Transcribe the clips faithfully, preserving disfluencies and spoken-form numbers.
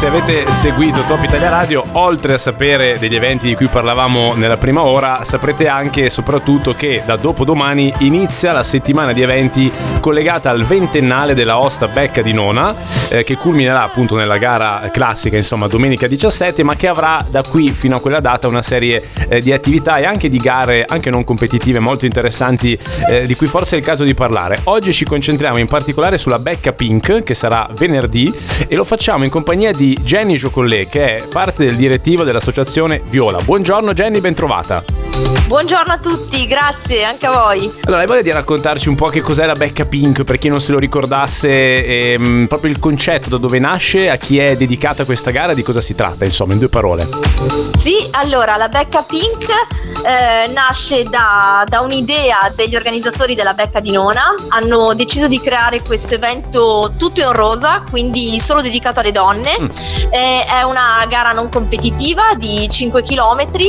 se avete seguito Top Italia Radio, oltre a sapere degli eventi di cui parlavamo nella prima ora, saprete anche e soprattutto che da dopodomani inizia la settimana di eventi collegata al ventennale della Osta Becca di Nona, eh, che culminerà appunto nella gara classica, insomma, domenica diciassette, ma che avrà da qui fino a quella data una serie eh, di attività e anche di gare, anche non competitive, molto interessanti, eh, di cui forse è il caso di parlare. Oggi ci concentriamo in particolare sulla Becca Pink, che sarà venerdì, e lo facciamo in compagnia di Jenny Giocollet, che è parte del direttivo dell'associazione Viola. Buongiorno Jenny, ben trovata. Buongiorno a tutti, grazie, anche a voi. Allora, hai voglia di raccontarci un po' che cos'è la Becca Pink, per chi non se lo ricordasse, ehm, proprio il concetto, da dove nasce, a chi è dedicata questa gara, di cosa si tratta, insomma, in due parole. Sì, allora, la Becca Pink eh, nasce da, da un'idea degli organizzatori della Becca di Nona. Hanno deciso di creare questo evento tutto in rosa, quindi solo dedicato alle donne. Mm. Eh, è una gara non competitiva di cinque chilometri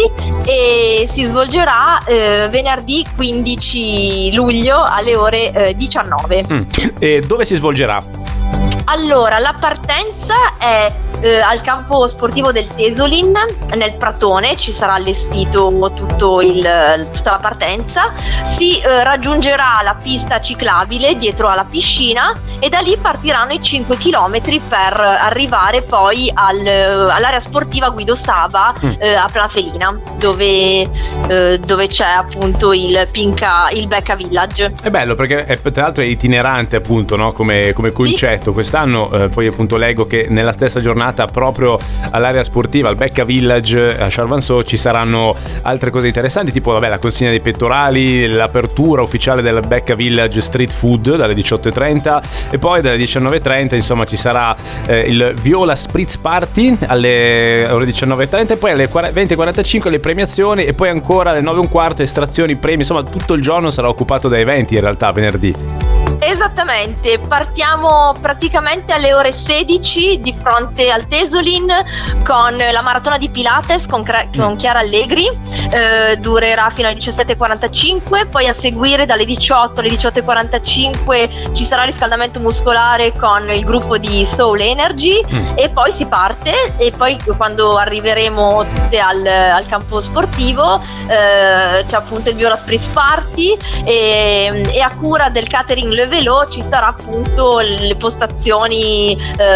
e si svolgerà eh, venerdì quindici luglio alle ore eh, diciannove. Mm. E dove si svolgerà? Allora, la partenza è eh, al campo sportivo del Tesolin, nel Pratone. Ci sarà allestito tutto il, tutta la partenza. Si eh, raggiungerà la pista ciclabile dietro alla piscina e da lì partiranno i cinque chilometri per arrivare poi al, all'area sportiva Guido Saba eh, a Plafelina, dove, eh, dove c'è appunto il Pinca, il Becca Village. È bello perché è, tra l'altro è itinerante, appunto, no? come, come concetto. Sì. Quest'anno eh, poi appunto leggo che nella stessa giornata proprio all'area sportiva, al Becca Village a Charvanceau, ci saranno altre cose interessanti, tipo vabbè, la consegna dei pettorali, l'apertura ufficiale del Becca Village Street Food dalle diciotto e trenta, e poi dalle diciannove e trenta insomma ci sarà eh, il Viola Spritz Party alle ore diciannove e trenta, e poi alle venti e quarantacinque le premiazioni, e poi ancora alle nove e un quarto estrazioni, premi. Insomma, tutto il giorno sarà occupato da eventi in realtà venerdì. Esattamente, partiamo praticamente alle ore sedici di fronte al Tesolin con la maratona di Pilates con, con Chiara Allegri, eh, durerà fino alle diciassette e quarantacinque, poi a seguire dalle diciotto alle diciotto e quarantacinque ci sarà riscaldamento muscolare con il gruppo di Soul Energy mm. e poi si parte, e poi quando arriveremo tutte al, al campo sportivo eh, c'è appunto il Viola Spritz Party e, e a cura del catering Le Velo ci sarà appunto le postazioni,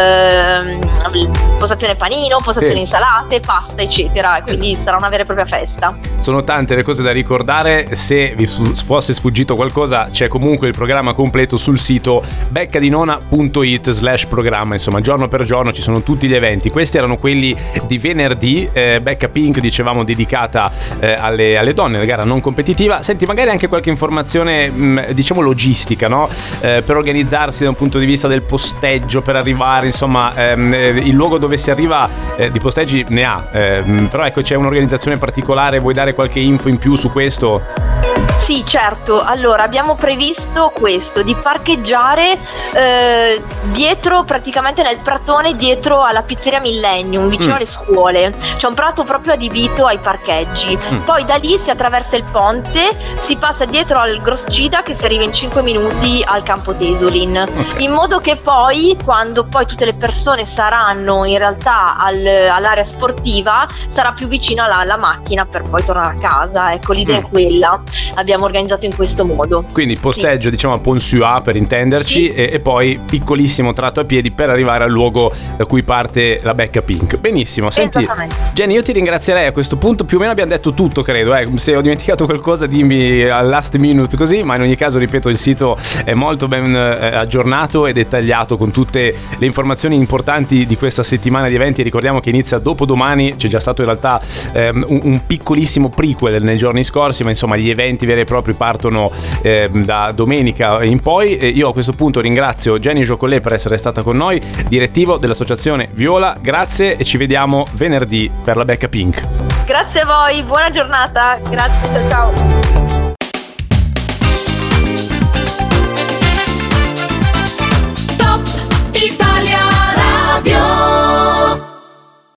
eh, postazione panino, postazione sì. insalate, pasta eccetera, quindi eh. sarà una vera e propria festa. Sono tante le cose da ricordare. Se vi fosse sfuggito qualcosa, c'è comunque il programma completo sul sito beccadinona punto it slash programma. Insomma, giorno per giorno ci sono tutti gli eventi. Questi erano quelli di venerdì. eh, Becca Pink, dicevamo, dedicata eh, alle, alle donne, la gara non competitiva. Senti, magari anche qualche informazione mh, diciamo logistica, no? Eh, per organizzarsi da un punto di vista del posteggio, per arrivare, insomma, ehm, il luogo dove si arriva eh, di posteggi ne ha, ehm, però ecco, c'è un'organizzazione particolare. Vuoi dare qualche info in più su questo? Sì, certo. Allora, abbiamo previsto questo, di parcheggiare eh, dietro, praticamente nel pratone dietro alla pizzeria Millennium, vicino mm. alle scuole. C'è un prato proprio adibito ai parcheggi. Mm. Poi da lì si attraversa il ponte, si passa dietro al Grosscida, che si arriva in cinque minuti al campo Tesolin. Okay. In modo che poi, quando poi tutte le persone saranno in realtà al, all'area sportiva, sarà più vicina alla, alla macchina per poi tornare a casa. Ecco, l'idea mm. è quella. Abbiamo organizzato in questo modo. Quindi posteggio, sì. diciamo a Pont-Suat per intenderci, sì. e, e poi piccolissimo tratto a piedi per arrivare al luogo da cui parte la Becca Pink. Benissimo. Senti, Jenny, io ti ringrazierei a questo punto. Più o meno abbiamo detto tutto, credo. Eh. Se ho dimenticato qualcosa dimmi al last minute così, ma in ogni caso, ripeto, il sito è molto ben eh, aggiornato e dettagliato con tutte le informazioni importanti di questa settimana di eventi. Ricordiamo che inizia dopodomani. C'è già stato in realtà eh, un, un piccolissimo prequel nei giorni scorsi, ma insomma gli eventi veri e propri partono eh, da domenica in poi. E io a questo punto ringrazio Jenny Giocollet per essere stata con noi, direttivo dell'associazione Viola. Grazie e ci vediamo venerdì per la Becca Pink. Grazie a voi, buona giornata, grazie, ciao ciao.